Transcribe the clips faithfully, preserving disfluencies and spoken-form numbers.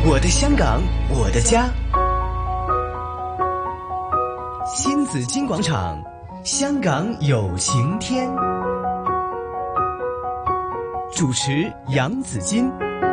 我的香港，我的家。新紫金广场，香港有晴天。主持杨紫金。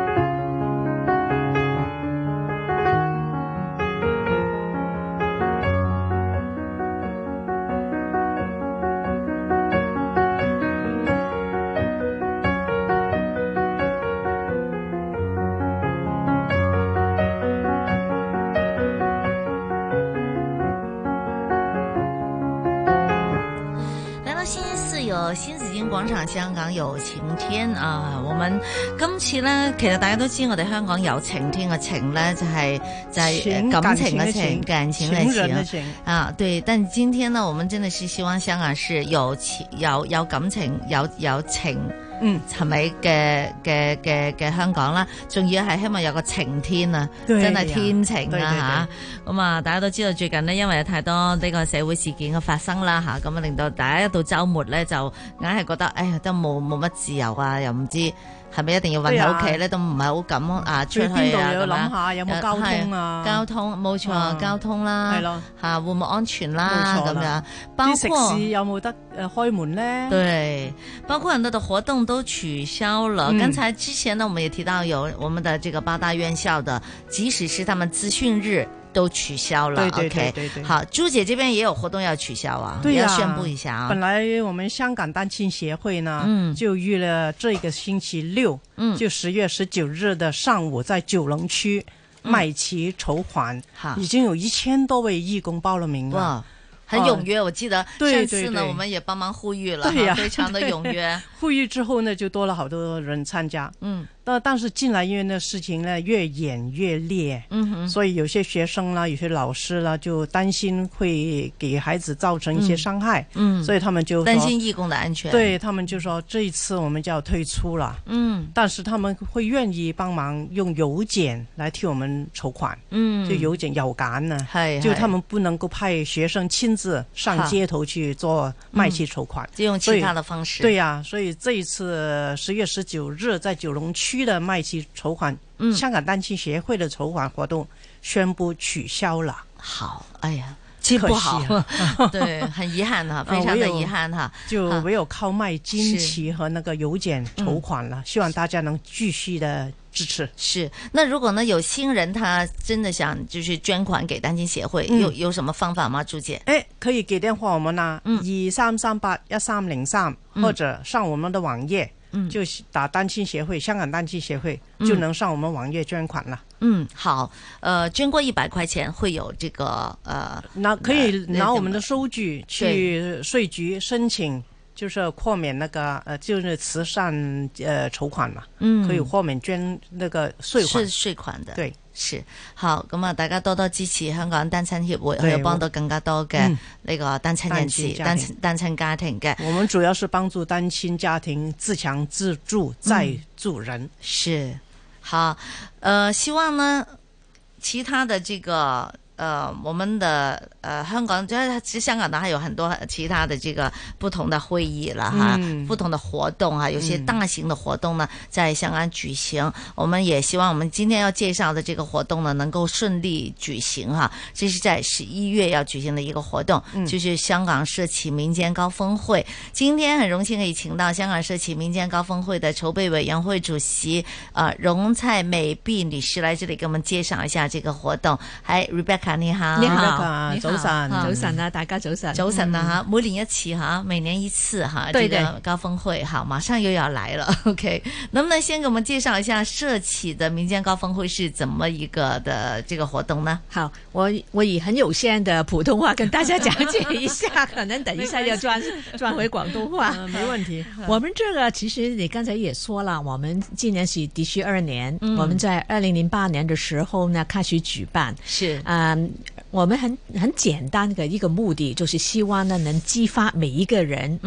新紫荊廣場香港有晴天啊！我們今次咧，其實大家都知我哋香港有晴天嘅晴咧，就係、是、就係、是、感情嘅情，感情嘅情啊！對，但今天呢，我們真的是希望香港是有情有有感情有有情。嗯，係咪嘅嘅嘅嘅香港啦？仲要係希望有個晴天啊，真係天晴啊吓！咁啊，大家都知道最近呢，因為有太多呢個社會事件嘅發生啦吓，咁啊令到大家一到週末咧就硬係覺得，哎呀都冇冇乜自由啊，又唔知係咪一定要韞喺屋企咧，都唔係好敢啊出去啊咁樣。要諗下有冇交通啊？交通冇錯，嗯、交通啦，係咯吓，會唔會安全啦？咁樣，包括食肆有冇得誒開門咧？ 對，包括很多的活動都取消了。嗯、剛才之前呢，我們也提到有我們的這個八大院校的，即使是他們資訊日都取消了。 對對對對對。 Okay, 好，朱姐這邊也有活動要取消啊， 對呀、啊， 要宣布一下啊。 本來我們香港單親協會呢，嗯、就預了這個星期六，嗯、就十月十九日的上午，在九龍區賣旗籌款，嗯、已經有一千多位義工報了名了。 很踴躍，我記得上次呢， 對對對我們也幫忙呼籲了， 對呀、 非常的踴躍。 呼籲之後呢，就多了好多人參加。嗯，但但是進來因為呢事情呢越演越烈，嗯哼，所以有些學生啦，有些老師啦，就擔心會給孩子造成一些傷害。嗯，所以他們就說擔心義工的安全。 對，他們就說這一次我們就要退出了。嗯，但是他們會願意幫忙用郵件來替我們籌款。嗯，就郵件郵簡呢，係就他們不能夠派學生親自上街頭去做賣旗籌款， 就用其他的方式。 對呀、啊，所以這一次十月十九日在九龍區的賣旗籌款，嗯，香港單親協會的籌款活動宣布取消了。 好，哎呀，真不好，啊、對，很遺憾哈，非常的遺憾哈， 就唯有靠賣金旗和那個郵件籌款了。希望大家能繼續的支持。 是，那如果呢有新人他真的想就是捐款給單親協會，嗯、有有什麼方法嗎？朱姐？ 誒，可以給電話我們啦，二三三八一三零三，或者上我們的網頁，嗯，就打單親協會，香港單親協會，嗯、就能上我們網頁捐款了。 嗯，好，呃，捐過一百塊錢會有這個呃， 那可以拿我們的收據去稅局申請。就是豁免那個呃，就是慈善呃籌款嘛，嗯，可以豁免捐那個稅款， 是稅款的， 對， 是好咁啊！大家多多支持香港單親協會，可以幫到更加多嘅呢個單親人士、單親單親家庭嘅。 我們主要是幫助單親家庭自強自助再助人。 嗯、是好，呃，希望呢其他的這個。呃，我們的呃香港，其實香港呢還有很多其他的這個不同的會議了哈，嗯、不同的活動哈，有些大型的活動呢在香港舉行。嗯、我們也希望我們今天要介紹的這個活動呢能夠順利舉行哈。這是在十一月要舉行的一個活動，嗯、就是香港社企民間高峰會。今天很榮幸可以請到香港社企民間高峰會的籌備委員會主席呃容蔡美碧女士來這裡給我們介紹一下這個活動。還 Rebecca。你好， 你好，早晨， 早晨啊，大家早晨， 早晨啊，哈，每年一次哈，每年一次哈，這個高峰會，好，馬上又要來了 ，OK，能不能先給我們介紹一下社企的民間高峰會是怎麼一個的這個活動呢？ 好，我我以很有限的普通話跟大家講解一下，可能等一下要轉轉回廣東話， 嗯，沒問題。 我們這個其實你剛才也說了，我們今年是第十二年，嗯、我們在二零零八年的時候呢開始舉辦， 是啊。嗯我們很很簡單的一個目的，就是希望呢能激發每一個人，嗯，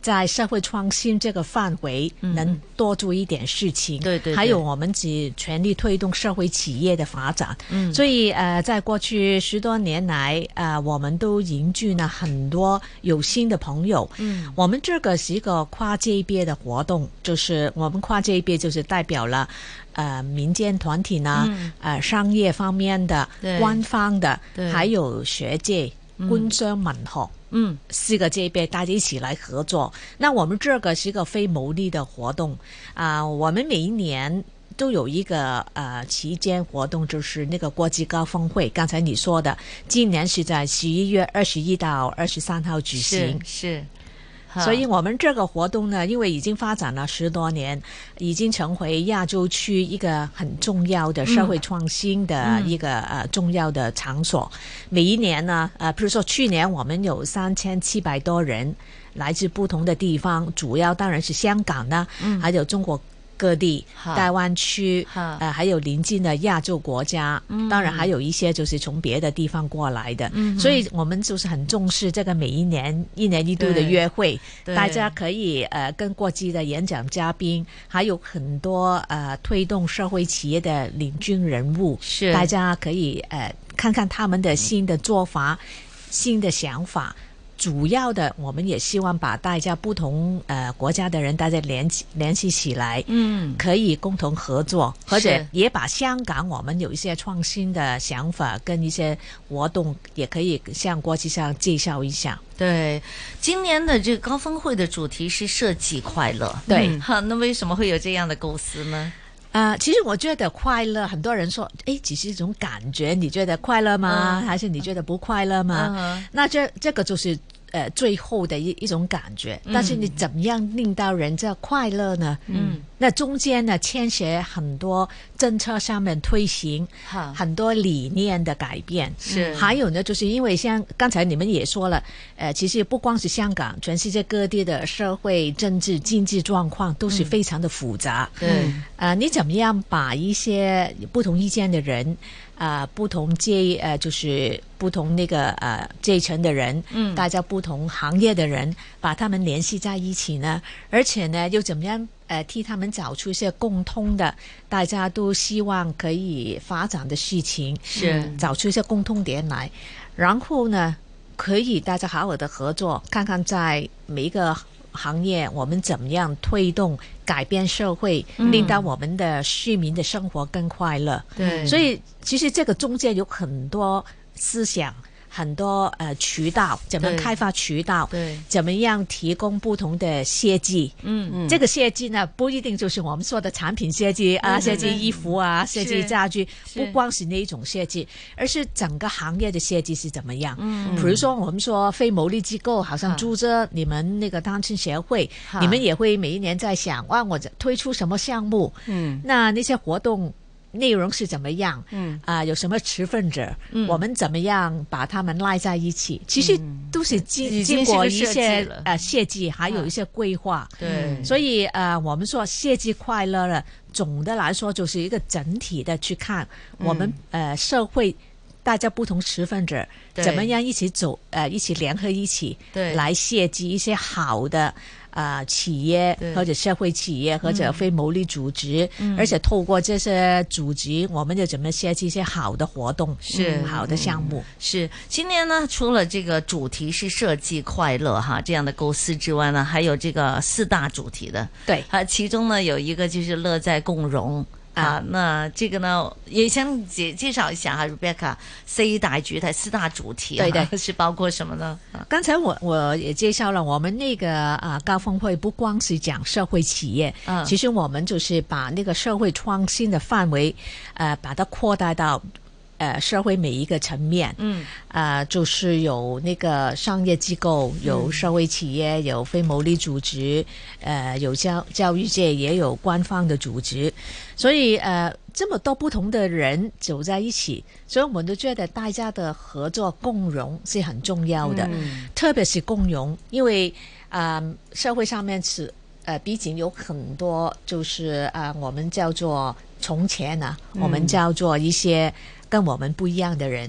在社会创新这个范围能多做一点事情， 对对， 还有我们只全力推动社会企业的发展。嗯，所以呃，在过去十多年来，呃，我们都凝聚了很多有心的朋友。嗯，我们这个是一个跨界别的活动，就是我们跨界别就是代表了呃民间团体呢，嗯、呃商业方面的、官方的，还有学界、官商文學。嗯，四个界别大家一起来合作。那我们这个是一个非牟利的活动啊、呃，我们每一年都有一个呃期间活动，就是那个国际高峰会。刚才你说的，今年是在十一月二十一到二十三号举行。 是。是所以我们这个活动呢，因为已经发展了十多年，已经成为亚洲区一个很重要的社会创新的一个、嗯、呃重要的场所。每一年呢，呃，比如说去年我们有三千七百多人来自不同的地方，主要当然是香港呢，嗯、还有中国各地、大湾区，呃，还有邻近的亚洲国家，嗯、当然还有一些就是从别的地方过来的，嗯、所以我们就是很重视这个每一年一年一度的约会，大家可以呃跟国际的演讲嘉宾，还有很多呃推动社会企业的领军人物，是大家可以呃看看他们的新的做法、新的想法。主要的，我们也希望把大家不同呃国家的人大家联系联系起来，嗯，可以共同合作，或者也把香港我们有一些创新的想法跟一些活动，也可以向国际上介绍一下。 对，今年的这个高峰会的主题是设计快乐， 对， 嗯、好，那为什么会有这样的构思呢？ 啊、呃，其实我觉得快乐，很多人说，哎，只是一种感觉，你觉得快乐吗？嗯、还是你觉得不快乐吗？嗯、那这这个就是呃最后的一一种感觉。但是你怎么样令到人家快乐呢？嗯，那中间呢牵涉很多政策上面推行，很多理念的改变。是，还有呢，就是因为像刚才你们也说了，呃，其实不光是香港，全世界各地的社会、政治、经济状况都是非常的复杂。对、嗯，呃，你怎么样把一些不同意见的人，啊、呃，不同阶呃，就是不同那个呃阶层的人，嗯，大家不同行业的人，把他们联系在一起呢？而且呢，又怎么样？呃，替他们找出一些共通的，大家都希望可以发展的事情，是找出一些共通点来，然后呢，可以大家好好的合作，看看在每一个行业我们怎么样推动改变社会，嗯、令到我们的市民的生活更快乐。对，所以其实这个中间有很多思想。很多呃渠道，怎么开发渠道，对，怎么样提供不同的设计，嗯嗯，这个设计呢不一定就是我们说的产品设计啊，设计衣服啊，设计家具，不光是那一种设计，而是整个行业的设计是怎么样。嗯，比如说我们说非牟利机构，好像朱遮你们那个单亲协会，你们也会每一年在想，哇，我推出什么项目？嗯，那那些活动。内容是怎么样？嗯啊、呃，有什么持份者？嗯，我们怎么样把他们拉在一起？其实都是经、嗯、经过一些呃设计，还有一些规划。对，所以呃，我们说设计快乐了，总的来说就是一个整体的去看我们、嗯、呃社会大家不同持份者怎么样一起走，呃，一起联合一起来设计一些好的。啊、呃，企业或者社会企业或者非牟利组织，嗯、而且透过这些组织，我们就怎么设计一些好的活动，是、嗯、好的项目。 是今年呢，除了这个主题是设计快乐哈这样的构思之外呢，还有这个四大主题的，对，啊，其中呢有一个就是乐在共融。啊，那这个呢，也想介介绍一下哈 ，Rebecca， 四大主題、四大主題， 对对， 是包括什麼呢？ 刚才我我也介绍了，我们那个啊高峰会不光是讲社会企业，嗯，其实我们就是把那个社会创新的范围，呃，把它扩大到。呃，社会每一个层面，嗯，啊、呃，就是有那个商业机构，有社会企业，有非牟利组织，呃，有教教育界，也有官方的组织，所以呃，这么多不同的人走在一起，所以我们都觉得大家的合作共融是很重要的，嗯、特别是共融，因为啊、呃，社会上面是呃，毕竟有很多就是啊、呃，我们叫做从前呢、啊，嗯、我们叫做一些。跟我们不一样的人，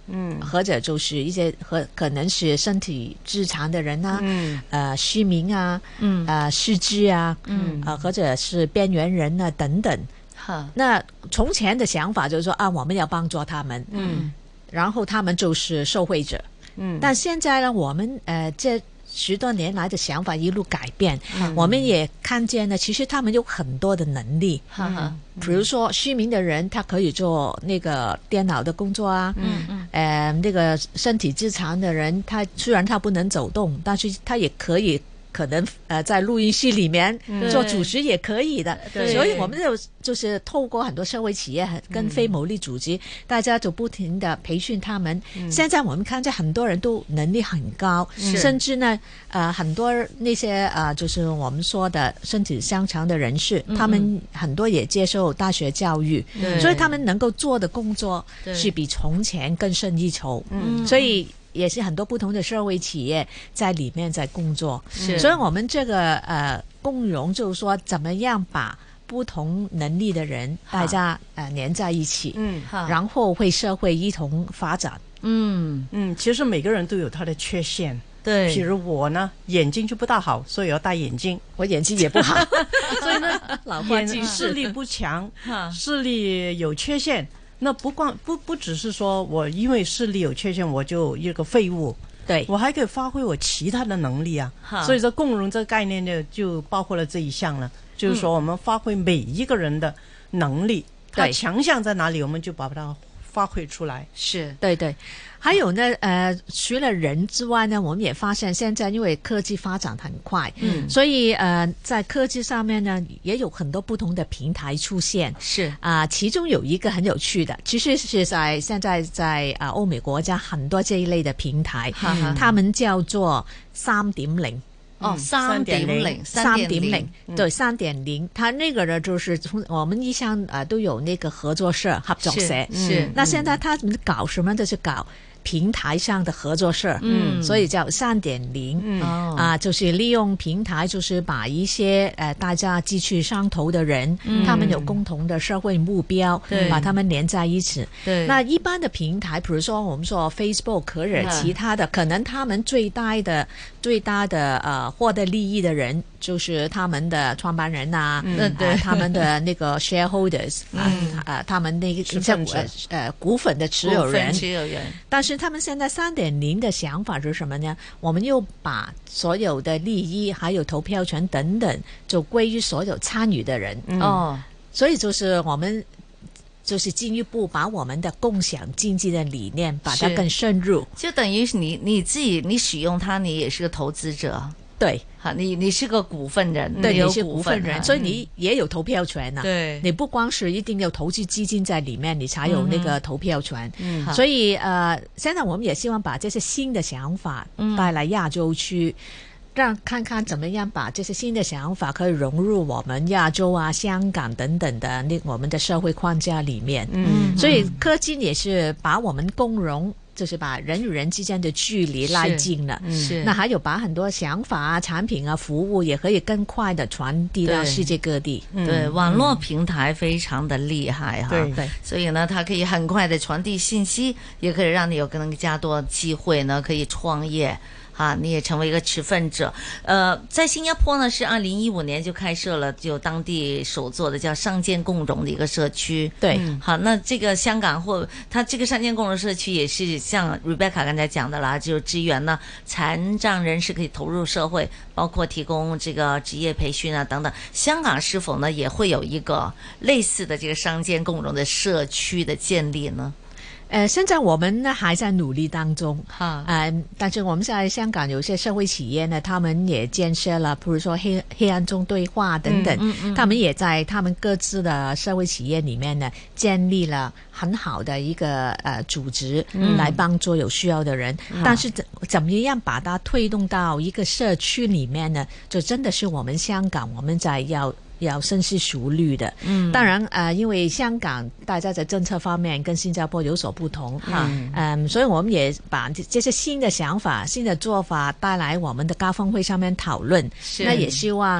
嗯，或者就是一些和可能是身体智障的人啊，嗯，呃，失明啊，嗯，呃，失智啊，嗯，呃，或者是边缘人啊等等。那从前的想法就是说啊，我们要帮助他们，嗯，然后他们就是受惠者，嗯，但现在呢，我们呃这十多年来的想法一路改变，嗯，我们也看见呢，其实他们有很多的能力，嗯，比如说失明的人，他可以做那个电脑的工作啊，嗯嗯，呃，那个身体智障的人，他虽然他不能走动，但是他也可以。可能呃在录音室里面做主持也可以的，所以我们就就是透过很多社会企业跟非牟利组织，嗯，大家就不停的培训他们，嗯，现在我们看见很多人都能力很高，甚至呢呃很多那些呃就是我们说的身体相长的人士，嗯，他们很多也接受大学教育，所以他们能够做的工作是比从前更胜一筹，嗯，所以也是很多不同的社会企业在里面在工作，所以我们这个呃共融就是说怎么样把不同能力的人大家呃连在一起，嗯，然后为社会一同发展。 嗯嗯，其实每个人都有他的缺陷，对，譬如我呢眼睛就不大好，所以要戴眼镜， 我眼睛也不好所以呢老花近视，视力不强视力有缺陷，那不光不不只是说我因为视力有缺陷我就一个废物， 对， 我还可以发挥我其他的能力啊。所以说共融这个概念呢就包括了这一项了，就是说我们发挥每一个人的能力，他强项在哪里我们就把它发挥出来。 是，对对。还有呢呃除了人之外呢，我们也发现现在因为科技发展很快，嗯，所以呃在科技上面呢也有很多不同的平台出现。是啊、呃，其中有一个很有趣的，其实是在现在在啊欧美国家很多这一类的平台，嗯，他们叫做三点零。 哦，三点零， 三点零，对，三点零，它那个呢，就是从我们一向呃都有那个合作社、合作社，是，是那现在他们搞什么？就是搞平台上的合作社，嗯，所以叫三点零，嗯啊，就是利用平台，就是把一些呃大家志趣相投的人，嗯，他们有共同的社会目标，对，把他们连在一起。对，那一般的平台，比如说我们说 Facebook 或者其他的，可能他们最大的最大的呃获得利益的人就是他们的创办人啊，嗯，对，呃，他们的那个 shareholders，嗯，啊，呃，他们那个呃呃股份的持有人， 持有人， 但是他们现在 三点零 的想法是什么呢？我们又把所有的利益还有投票权等等就归于所有参与的人，嗯，哦，所以就是我们就是进一步把我们的共享经济的理念把它更深入， 就等于你你自己你使用它，你也是个投资者。 对， 你你是个股份人， 对，你是股份人，所以你也有投票权啊。对，你不光是一定要投资基金在里面，你才有那个投票权。嗯，所以呃，现在我们也希望把这些新的想法带来亚洲区，嗯，让看看怎么样把这些新的想法可以融入我们亚洲啊、香港等等的那我们的社会框架里面。嗯，所以科技也是把我们共融。就是把人与人之间的距离拉近了，是，那还有把很多想法啊、产品啊、服务也可以更快的传递到世界各地。 对，对，网络平台非常的厉害哈，对对，所以呢，它可以很快的传递信息，也可以让你有更加多机会呢，可以创业。啊，你也成为一个持份者。呃，在新加坡呢，是二零一五年就开设了就当地首座的叫伤健共融的一个社区。对，嗯，好，那这个香港或它这个伤健共融社区也是像 Rebecca 刚才讲的啦，就是支援呢残障人士可以投入社会，包括提供这个职业培训啊等等。香港是否呢也会有一个类似的这个伤健共融的社区的建立呢？ 呃，现在我们呢还在努力当中，哈，呃，但是我们在香港有些社会企业呢，他们也建设了，比如说黑黑暗中对话等等，嗯嗯嗯，他们也在他们各自的社会企业里面呢，建立了很好的一个呃组织，嗯，来帮助有需要的人。嗯，但是怎怎么样把它推动到一个社区里面呢？就真的是我们香港我们在要。要深思熟虑的，嗯，当然，呃，因为香港大家在政策方面跟新加坡有所不同，嗯，嗯，所以我们也把这些新的想法、新的做法带来我们的高峰会上面讨论。那也希望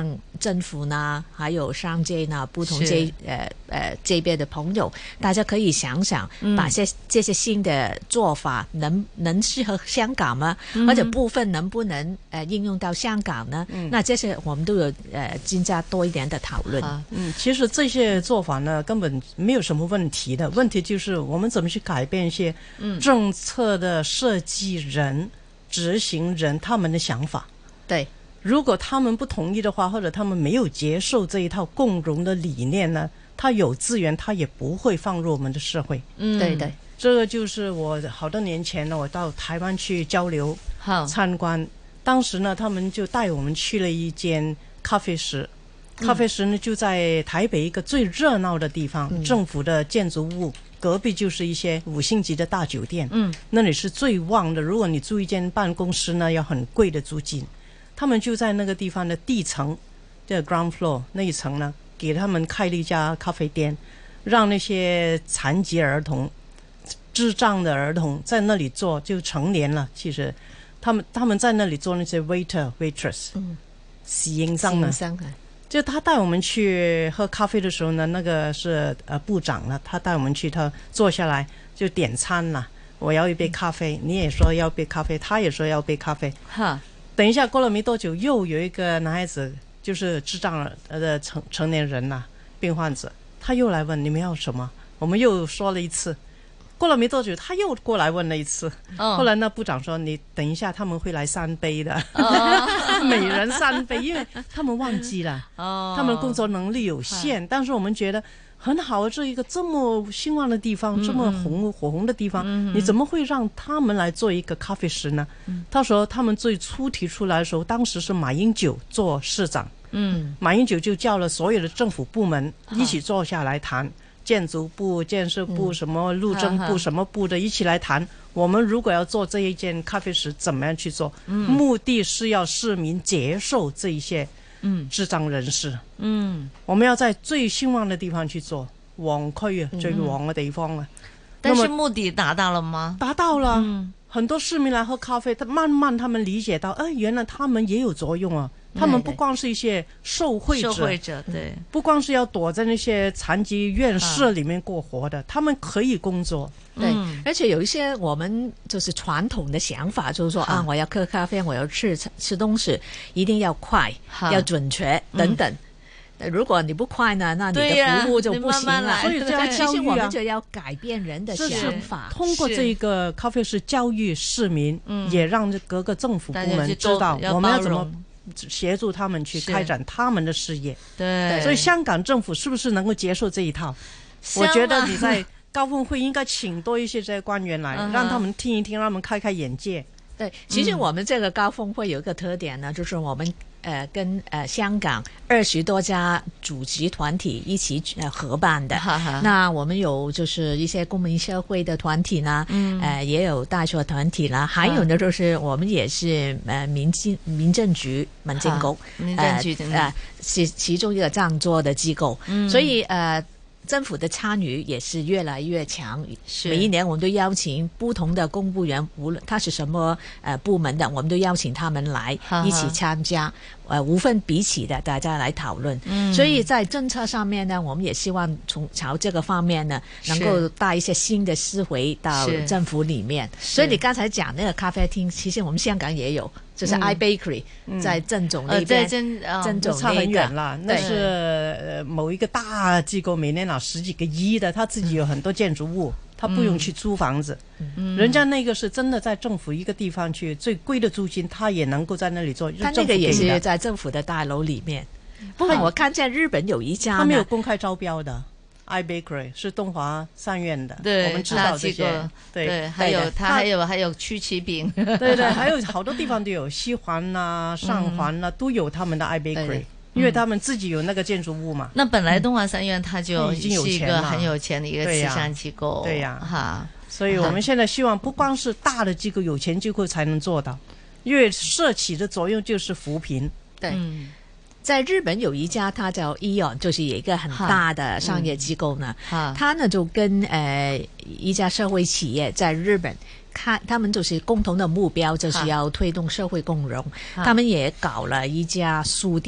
政府呢，还有商界呢，不同这呃呃这边的朋友，大家可以想想，把些、嗯、这些新的做法能能适合香港吗？嗯、或者部分能不能呃应用到香港呢？嗯、那这些我们都有呃增加多一点的讨论。 嗯，其实这些做法呢根本没有什么问题的，问题就是我们怎么去改变一些政策的设计人、嗯、执行人他们的想法。 对。 如果他们不同意的话，或者他们没有接受这一套共荣的理念呢，他有资源他也不会放入我们的社会。 嗯，对对， 这个就是我好多年前呢，我到台湾去交流参观，当时呢他们就带我们去了一间咖啡室，咖啡室呢就在台北一个最热闹的地方、嗯、政府的建筑物隔壁就是一些五星级的大酒店，嗯，那里是最旺的，如果你租一间办公室呢要很贵的租金。他们就在那个地方的地层，这 ground floor 那一层呢，给他们开了一家咖啡店，让那些残疾儿童、智障的儿童在那里做，就成年了。其实，他们他们在那里做那些 waiter waitress， 嗯，侍應生呢，就他带我们去喝咖啡的时候呢，那个是呃部长呢，他带我们去，他坐下来就点餐了。我要一杯咖啡，你也说要杯咖啡，他也说要杯咖啡，哈。等一下，过了没多久，又有一个男孩子，就是智障的成成年人呐、啊，病患者，他又来问你们要什么，我们又说了一次。过了没多久，他又过来问了一次。哦、后来那部长说：“你等一下，他们会来三杯的，哦、每人三杯，因为他们忘记了，哦、他们工作能力有限。但是我们觉得。”很好，这一个这么兴旺的地方，嗯、这么红火红的地方、嗯，你怎么会让他们来做一个咖啡师呢？嗯、他说他们最初提出来的时候，当时是马英九做市长，嗯，马英九就叫了所有的政府部门一起坐下来谈，建筑部、建设部、什么路政部、什么部的一起来谈。我们如果要做这一间咖啡师，怎么样去做？嗯、目的是要市民接受这一些。嗯，智障人士，嗯，我们要在最兴旺的地方去做，旺區啊，最旺的地方啊。 但是目的達到了嗎？ 達到了，嗯，很多市民來喝咖啡，他慢慢他們理解到，哎，原來他們也有作用啊。他們不光是一些受惠者， 受惠者對， 不光是要躲在那些殘疾院舍裡面過活的，啊、他們可以工作。 对、嗯，而且有一些我们就是传统的想法，就是说啊，我要喝咖啡，我要吃吃东西，一定要快，要准确等等。嗯、如果你不快呢，那你的服务就不行了。 所以这样其实我们就要改变人的想法， 通过这个咖啡师教育市民，也让各个政府部门知道我们要怎么协助他们去开展他们的事业。 对， 所以香港政府是不是能够接受这一套？我觉得你在。高峰会应该请多一些这些官员来， uh-huh. 让他们听一听，让他们开开眼界。 对，其实我们这个高峰会有一个特点呢，嗯、就是我们呃跟呃香港二十多家主席团体一起呃合办的。Uh-huh. 那我们有就是一些公民社会的团体呢，嗯、呃也有大学团体啦，还有呢就是我们也是呃民政民政局民政局， uh-huh. 民政局呃是其中一个赞助的机构，嗯、所以呃。政府的参与也是越来越强，每一年我们都邀請不同的公務員，無論他是什麼呃部門的，我們都邀請他們來一起參加，呃無分彼此的大家來討論。嗯，所以在政策上面呢，我們也希望從朝這個方面呢，能夠帶一些新的思維到政府裡面。所以你剛才講那個咖啡廳，其實我們香港也有。就是 iBakery、嗯、在正總那邊， 在正正總差很遠了。那是呃某一個大機構，每年拿十幾個億的，他自己有很多建築物，他不用去租房子。嗯，人家那個是真的在政府一個地方去，最貴的租金，他也能夠在那裡做。 他那個也是在政府的大樓裡面。不過我看見日本有一家， 他沒有公開招標的。iBakery 是東華三院的， 對， 我們知道這些， 對，對還有它還有還有曲奇餅， 對對，還有好多地方都有，西環啊、上環啊、嗯、都有他們的 iBakery，因為他們自己有那個建築物嘛。 那本來東華三院它就已經是一個很有錢的一個慈善機構， 對呀， 哈、啊， 所以我們現在希望不光是大的機構、有錢機構才能做到，因為社企的作用就是扶貧， 對。嗯在日本有一家，它叫 Eon， 就是有一個很大的商業機構呢。嗯、它呢就跟呃一家社會企業在日本，看他們就是共同的目標，就是要推動社會共融。他們也搞了一家書店，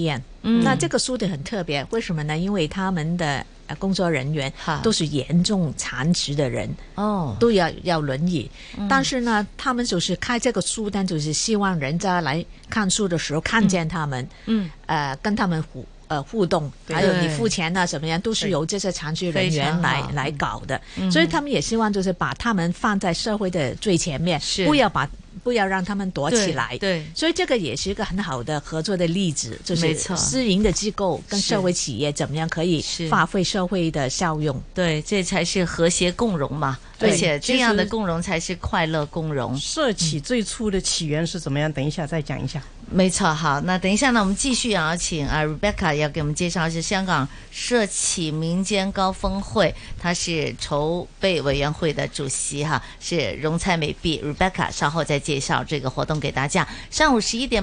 嗯，那这个书的很特别，为什么呢？因为他们的工作人员都是严重残疾的人，哦，都要要轮椅、嗯、但是呢他们就是开这个书单，就是希望人家来看书的时候看见他们，嗯，呃，跟他们互呃互动，还有你付钱啊什么样都是由这些残疾人员来来搞的、嗯、所以他们也希望就是把他们放在社会的最前面，不要把不要让他们躲起来， 对， 对，所以这个也是一个很好的合作的例子，就是私营的机构跟社会企业怎么样可以发挥社会的效用， 对，这才是和谐共融嘛，而且这样的共融才是快乐共融。 社企最初的起源是怎么样？等一下再讲一下。 没错，好，那等一下呢，我们继续啊，请啊 Rebecca 要给我们介绍是香港社企民间高峰会，她是筹备委员会的主席哈，是荣才美碧 Rebecca， 稍后再介绍这个活动给大家。上午十一点。